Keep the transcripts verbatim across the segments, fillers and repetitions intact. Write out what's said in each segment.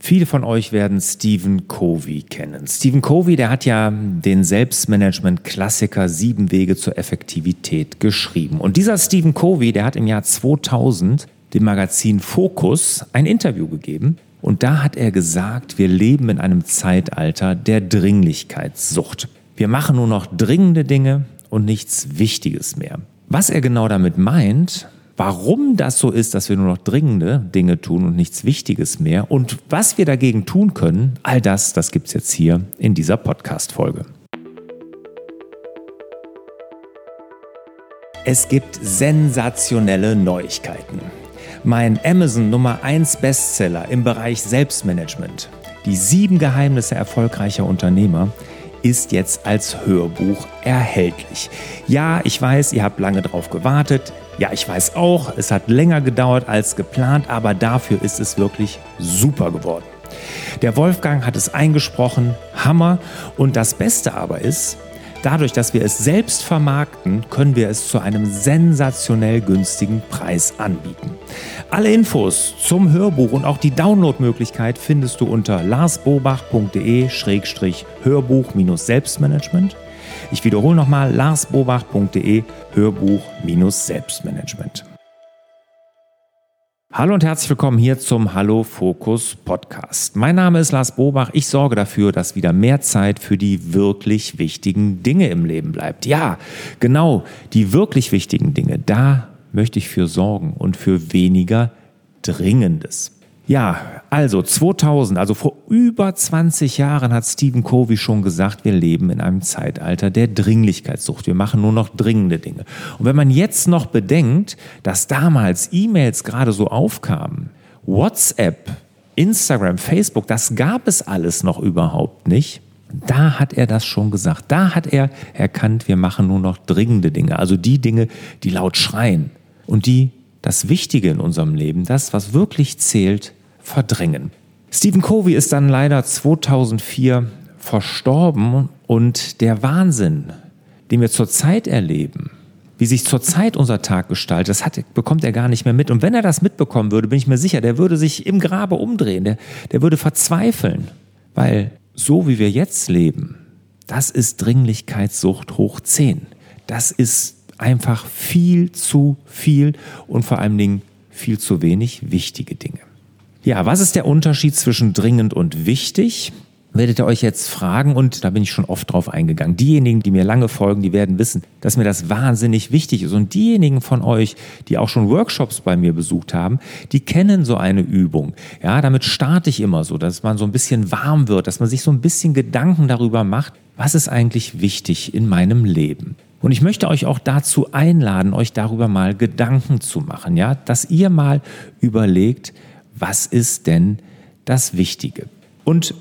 Viele von euch werden Stephen Covey kennen. Stephen Covey, der hat ja den Selbstmanagement-Klassiker Sieben Wege zur Effektivität geschrieben. Und dieser Stephen Covey, der hat im Jahr zweitausend dem Magazin Focus ein Interview gegeben. Und da hat er gesagt, wir leben in einem Zeitalter der Dringlichkeitssucht. Wir machen nur noch dringende Dinge und nichts Wichtiges mehr. Was er genau damit meint, warum das so ist, dass wir nur noch dringende Dinge tun und nichts Wichtiges mehr und was wir dagegen tun können, all das, das gibt's jetzt hier in dieser Podcast-Folge. Es gibt sensationelle Neuigkeiten. Mein Amazon Nummer eins Bestseller im Bereich Selbstmanagement, die sieben Geheimnisse erfolgreicher Unternehmer, ist jetzt als Hörbuch erhältlich. Ja, ich weiß, ihr habt lange drauf gewartet. Ja, ich weiß auch, es hat länger gedauert als geplant, aber dafür ist es wirklich super geworden. Der Wolfgang hat es eingesprochen, Hammer. Und das Beste aber ist, dadurch, dass wir es selbst vermarkten, können wir es zu einem sensationell günstigen Preis anbieten. Alle Infos zum Hörbuch und auch die Downloadmöglichkeit findest du unter larsbobach.de Schrägstrich Hörbuch minus Selbstmanagement. Ich wiederhole nochmal larsbobach.de Hörbuch minus Selbstmanagement. Hallo und herzlich willkommen hier zum Hallo Fokus Podcast. Mein Name ist Lars Bobach. Ich sorge dafür, dass wieder mehr Zeit für die wirklich wichtigen Dinge im Leben bleibt. Ja, genau, die wirklich wichtigen Dinge. Da möchte ich für sorgen und für weniger Dringendes. Ja, also zweitausend, also vor über zwanzig Jahren hat Stephen Covey schon gesagt, wir leben in einem Zeitalter der Dringlichkeitssucht. Wir machen nur noch dringende Dinge. Und wenn man jetzt noch bedenkt, dass damals E-Mails gerade so aufkamen, WhatsApp, Instagram, Facebook, das gab es alles noch überhaupt nicht. Da hat er das schon gesagt. Da hat er erkannt, wir machen nur noch dringende Dinge. Also die Dinge, die laut schreien und die das Wichtige in unserem Leben, das, was wirklich zählt, verdrängen. Stephen Covey ist dann leider zweitausendvier verstorben und der Wahnsinn, den wir zurzeit erleben, wie sich zurzeit unser Tag gestaltet, das hat, bekommt er gar nicht mehr mit. Und wenn er das mitbekommen würde, bin ich mir sicher, der würde sich im Grabe umdrehen, der, der würde verzweifeln, weil so wie wir jetzt leben, das ist Dringlichkeitssucht hoch zehn. Das ist einfach viel zu viel und vor allen Dingen viel zu wenig wichtige Dinge. Ja, was ist der Unterschied zwischen dringend und wichtig? Werdet ihr euch jetzt fragen und da bin ich schon oft drauf eingegangen. Diejenigen, die mir lange folgen, die werden wissen, dass mir das wahnsinnig wichtig ist. Und diejenigen von euch, die auch schon Workshops bei mir besucht haben, die kennen so eine Übung. Ja, damit starte ich immer so, dass man so ein bisschen warm wird, dass man sich so ein bisschen Gedanken darüber macht, was ist eigentlich wichtig in meinem Leben. Und ich möchte euch auch dazu einladen, euch darüber mal Gedanken zu machen, ja, dass ihr mal überlegt, was ist denn das Wichtige? Und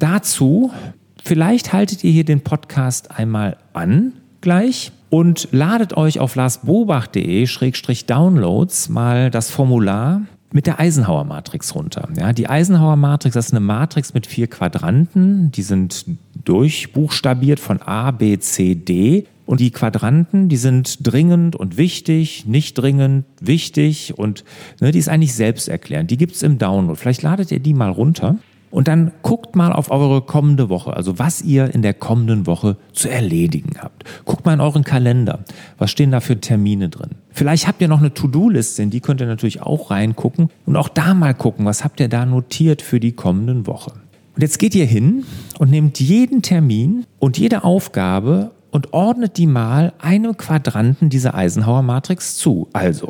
dazu, vielleicht haltet ihr hier den Podcast einmal an gleich und ladet euch auf larsbobach.de Schrägstrich Downloads mal das Formular mit der Eisenhower-Matrix runter. Ja, die Eisenhower-Matrix, das ist eine Matrix mit vier Quadranten, die sind durchbuchstabiert von A, B, C, D. Und die Quadranten, die sind dringend und wichtig, nicht dringend, wichtig und ne, die ist eigentlich selbsterklärend. Die gibt's im Download. Vielleicht ladet ihr die mal runter und dann guckt mal auf eure kommende Woche, also was ihr in der kommenden Woche zu erledigen habt. Guckt mal in euren Kalender. Was stehen da für Termine drin? Vielleicht habt ihr noch eine To-Do-Liste, in die könnt ihr natürlich auch reingucken und auch da mal gucken, was habt ihr da notiert für die kommende Woche. Und jetzt geht ihr hin und nehmt jeden Termin und jede Aufgabe und ordnet die mal einem Quadranten dieser Eisenhower-Matrix zu. Also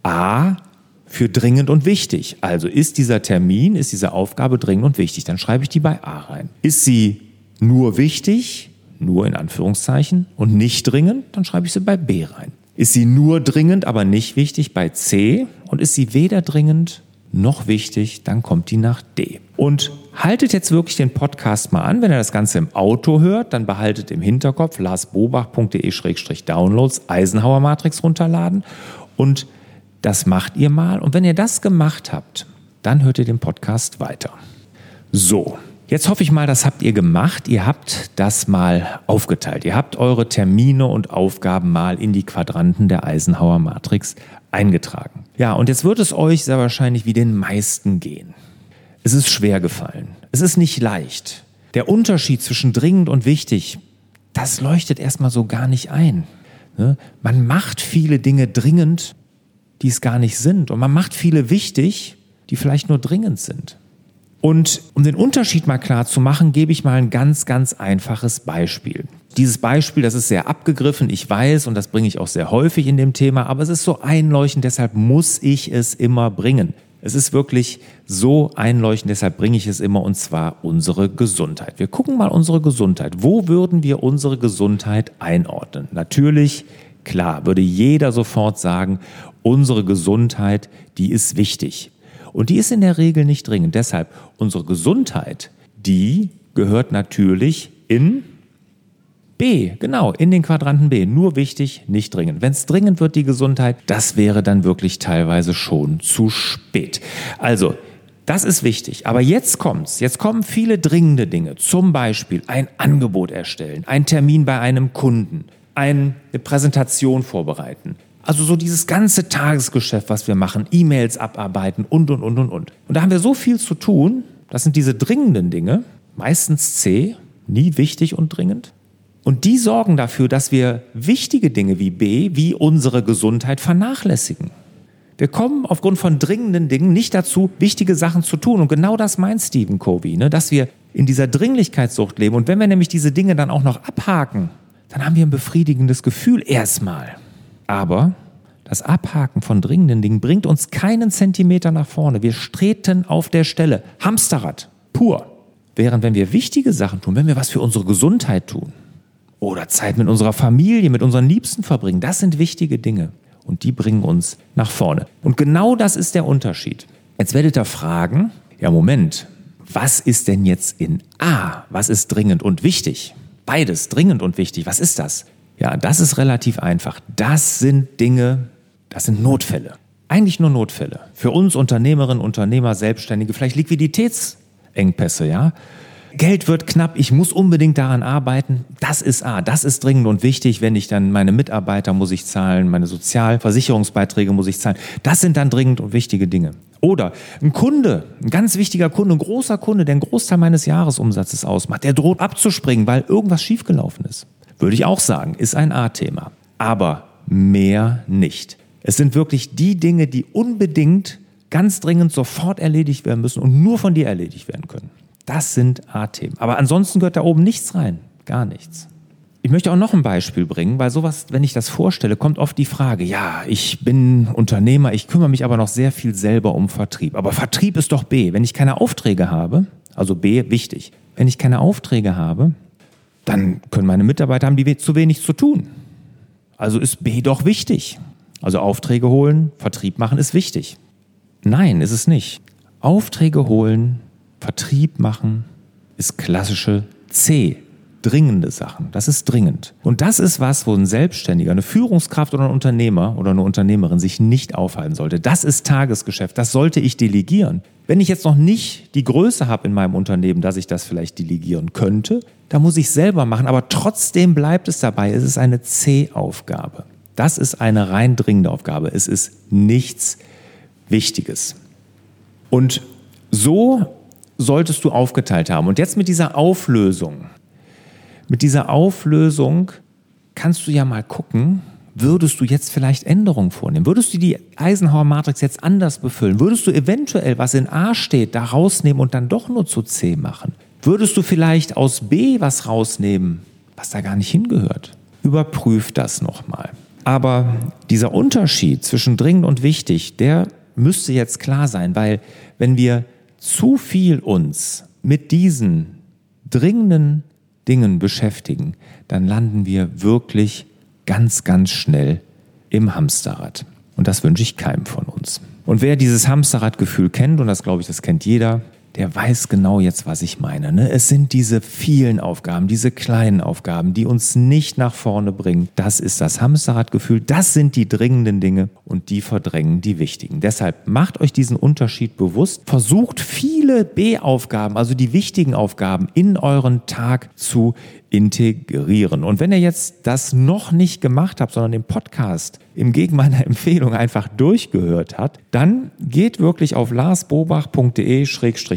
A für dringend und wichtig. Also ist dieser Termin, ist diese Aufgabe dringend und wichtig. Dann schreibe ich die bei A rein. Ist sie nur wichtig, nur in Anführungszeichen, und nicht dringend, dann schreibe ich sie bei B rein. Ist sie nur dringend, aber nicht wichtig, bei C. Und ist sie weder dringend noch wichtig, dann kommt die nach D. Und haltet jetzt wirklich den Podcast mal an. Wenn ihr das Ganze im Auto hört, dann behaltet im Hinterkopf larsbobach.de Schrägstrich Downloads Eisenhower-Matrix runterladen und das macht ihr mal. Und wenn ihr das gemacht habt, dann hört ihr den Podcast weiter. So, jetzt hoffe ich mal, das habt ihr gemacht. Ihr habt das mal aufgeteilt. Ihr habt eure Termine und Aufgaben mal in die Quadranten der Eisenhower-Matrix eingetragen. Ja, und jetzt wird es euch sehr wahrscheinlich wie den meisten gehen. es ist schwer gefallen. Es ist nicht leicht. Der Unterschied zwischen dringend und wichtig, das leuchtet erstmal so gar nicht ein. Man macht viele Dinge dringend, die es gar nicht sind. Und man macht viele wichtig, die vielleicht nur dringend sind. Und um den Unterschied mal klar zu machen, gebe ich mal ein ganz, ganz einfaches Beispiel. Dieses Beispiel, das ist sehr abgegriffen, ich weiß, und das bringe ich auch sehr häufig in dem Thema, aber es ist so einleuchtend, deshalb muss ich es immer bringen. Es ist wirklich so einleuchtend, deshalb bringe ich es immer, und zwar unsere Gesundheit. Wir gucken mal unsere Gesundheit. Wo würden wir unsere Gesundheit einordnen? Natürlich, klar, würde jeder sofort sagen, unsere Gesundheit, die ist wichtig. Und die ist in der Regel nicht dringend. Deshalb, unsere Gesundheit, die gehört natürlich in B, genau, in den Quadranten B. Nur wichtig, nicht dringend. Wenn es dringend wird, die Gesundheit, das wäre dann wirklich teilweise schon zu spät. Also, das ist wichtig. Aber jetzt kommt's. Jetzt kommen viele dringende Dinge. Zum Beispiel ein Angebot erstellen, einen Termin bei einem Kunden, eine Präsentation vorbereiten. Also so dieses ganze Tagesgeschäft, was wir machen, E-Mails abarbeiten und, und, und, und, und. Und da haben wir so viel zu tun. Das sind diese dringenden Dinge, meistens C, nie wichtig und dringend. Und die sorgen dafür, dass wir wichtige Dinge wie B, wie unsere Gesundheit vernachlässigen. Wir kommen aufgrund von dringenden Dingen nicht dazu, wichtige Sachen zu tun. Und genau das meint Stephen Covey, ne? Dass wir in dieser Dringlichkeitssucht leben. Und wenn wir nämlich diese Dinge dann auch noch abhaken, dann haben wir ein befriedigendes Gefühl erstmal. Aber das Abhaken von dringenden Dingen bringt uns keinen Zentimeter nach vorne. Wir treten auf der Stelle. Hamsterrad, pur. Während wenn wir wichtige Sachen tun, wenn wir was für unsere Gesundheit tun oder Zeit mit unserer Familie, mit unseren Liebsten verbringen, das sind wichtige Dinge. Und die bringen uns nach vorne. Und genau das ist der Unterschied. Jetzt werdet ihr fragen, ja Moment, was ist denn jetzt in A? Was ist dringend und wichtig? Beides, dringend und wichtig. Was ist das? Ja, das ist relativ einfach. Das sind Dinge, das sind Notfälle. Eigentlich nur Notfälle. Für uns Unternehmerinnen, Unternehmer, Selbstständige, vielleicht Liquiditätsengpässe, ja. Geld wird knapp, ich muss unbedingt daran arbeiten. Das ist A, das ist dringend und wichtig, wenn ich dann meine Mitarbeiter muss ich zahlen, meine Sozialversicherungsbeiträge muss ich zahlen. Das sind dann dringend und wichtige Dinge. Oder ein Kunde, ein ganz wichtiger Kunde, ein großer Kunde, der einen Großteil meines Jahresumsatzes ausmacht, der droht abzuspringen, weil irgendwas schiefgelaufen ist. Würde ich auch sagen, ist ein A-Thema. Aber mehr nicht. Es sind wirklich die Dinge, die unbedingt ganz dringend sofort erledigt werden müssen und nur von dir erledigt werden können. Das sind A-Themen. Aber ansonsten gehört da oben nichts rein. Gar nichts. Ich möchte auch noch ein Beispiel bringen, weil sowas, wenn ich das vorstelle, kommt oft die Frage, ja, ich bin Unternehmer, ich kümmere mich aber noch sehr viel selber um Vertrieb. Aber Vertrieb ist doch B. Wenn ich keine Aufträge habe, also B, wichtig, wenn ich keine Aufträge habe, dann können meine Mitarbeiter haben die zu wenig zu tun. Also ist B doch wichtig. Also Aufträge holen, Vertrieb machen ist wichtig. Nein, ist es nicht. Aufträge holen, Vertrieb machen ist klassische C, dringende Sachen. Das ist dringend. Und das ist was, wo ein Selbstständiger, eine Führungskraft oder ein Unternehmer oder eine Unternehmerin sich nicht aufhalten sollte. Das ist Tagesgeschäft. Das sollte ich delegieren. Wenn ich jetzt noch nicht die Größe habe in meinem Unternehmen, dass ich das vielleicht delegieren könnte, dann muss ich es selber machen. Aber trotzdem bleibt es dabei. Es ist eine C-Aufgabe. Das ist eine rein dringende Aufgabe. Es ist nichts Wichtiges. Und so solltest du aufgeteilt haben. Und jetzt mit dieser Auflösung, mit dieser Auflösung kannst du ja mal gucken, würdest du jetzt vielleicht Änderungen vornehmen? Würdest du die Eisenhower-Matrix jetzt anders befüllen? Würdest du eventuell, was in A steht, da rausnehmen und dann doch nur zu C machen? Würdest du vielleicht aus B was rausnehmen, was da gar nicht hingehört? Überprüf das nochmal. Aber dieser Unterschied zwischen dringend und wichtig, der müsste jetzt klar sein, weil wenn wir zu viel uns mit diesen dringenden Dingen beschäftigen, dann landen wir wirklich ganz, ganz schnell im Hamsterrad. Und das wünsche ich keinem von uns. Und wer dieses Hamsterradgefühl kennt, und das glaube ich, das kennt jeder, der weiß genau jetzt, was ich meine. Ne? Es sind diese vielen Aufgaben, diese kleinen Aufgaben, die uns nicht nach vorne bringen. Das ist das Hamsterradgefühl, das sind die dringenden Dinge und die verdrängen die wichtigen. Deshalb macht euch diesen Unterschied bewusst, versucht viele B-Aufgaben, also die wichtigen Aufgaben, in euren Tag zu integrieren. Und wenn ihr jetzt das noch nicht gemacht habt, sondern den Podcast im Gegen meiner Empfehlung einfach durchgehört habt, dann geht wirklich auf larsbobach punkt de schrägstrich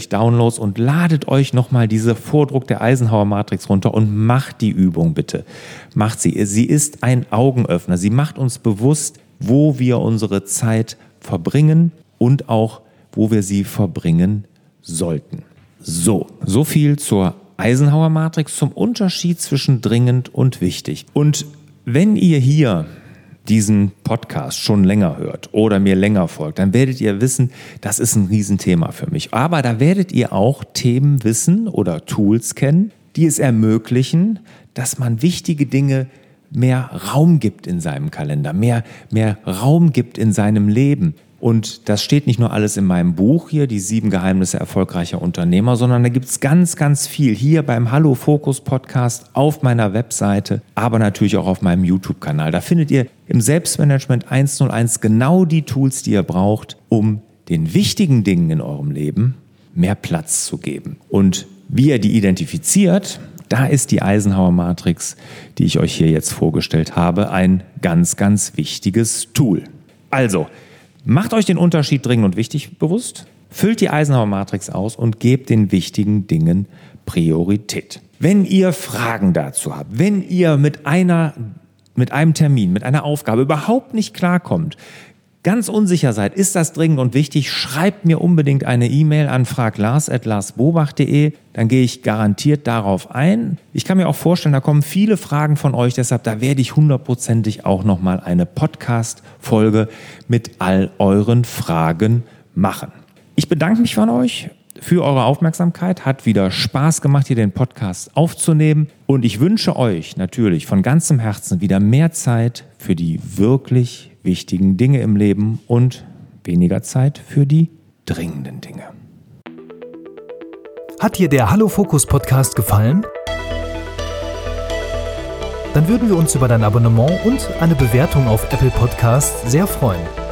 Downloads und ladet euch nochmal diese Vordruck der Eisenhower Matrix runter und macht die Übung bitte. Macht sie. Sie ist ein Augenöffner. Sie macht uns bewusst, wo wir unsere Zeit verbringen und auch, wo wir sie verbringen sollten. So, so viel zur Eisenhower Matrix, zum Unterschied zwischen dringend und wichtig. Und wenn ihr hier diesen Podcast schon länger hört oder mir länger folgt, dann werdet ihr wissen, das ist ein Riesenthema für mich. Aber da werdet ihr auch Themen wissen oder Tools kennen, die es ermöglichen, dass man wichtige Dinge mehr Raum gibt in seinem Kalender, mehr, mehr Raum gibt in seinem Leben. Und das steht nicht nur alles in meinem Buch hier, die sieben Geheimnisse erfolgreicher Unternehmer, sondern da gibt es ganz, ganz viel hier beim Hallo Fokus Podcast auf meiner Webseite, aber natürlich auch auf meinem YouTube-Kanal. Da findet ihr im Selbstmanagement hunderteins genau die Tools, die ihr braucht, um den wichtigen Dingen in eurem Leben mehr Platz zu geben. Und wie ihr die identifiziert, da ist die Eisenhower Matrix, die ich euch hier jetzt vorgestellt habe, ein ganz, ganz wichtiges Tool. Also, macht euch den Unterschied dringend und wichtig bewusst, füllt die Eisenhower Matrix aus und gebt den wichtigen Dingen Priorität. Wenn ihr Fragen dazu habt, wenn ihr mit einer, mit einem Termin, mit einer Aufgabe überhaupt nicht klarkommt, ganz unsicher seid, ist das dringend und wichtig, schreibt mir unbedingt eine E-Mail an fraglars at larsbobach punkt de, dann gehe ich garantiert darauf ein. Ich kann mir auch vorstellen, da kommen viele Fragen von euch, deshalb da werde ich hundertprozentig auch nochmal eine Podcast-Folge mit all euren Fragen machen. Ich bedanke mich von euch für eure Aufmerksamkeit, hat wieder Spaß gemacht, hier den Podcast aufzunehmen und ich wünsche euch natürlich von ganzem Herzen wieder mehr Zeit für die wirklich wichtigen Dinge im Leben und weniger Zeit für die dringenden Dinge. Hat dir der Hallo Fokus Podcast gefallen? Dann würden wir uns über dein Abonnement und eine Bewertung auf Apple Podcasts sehr freuen.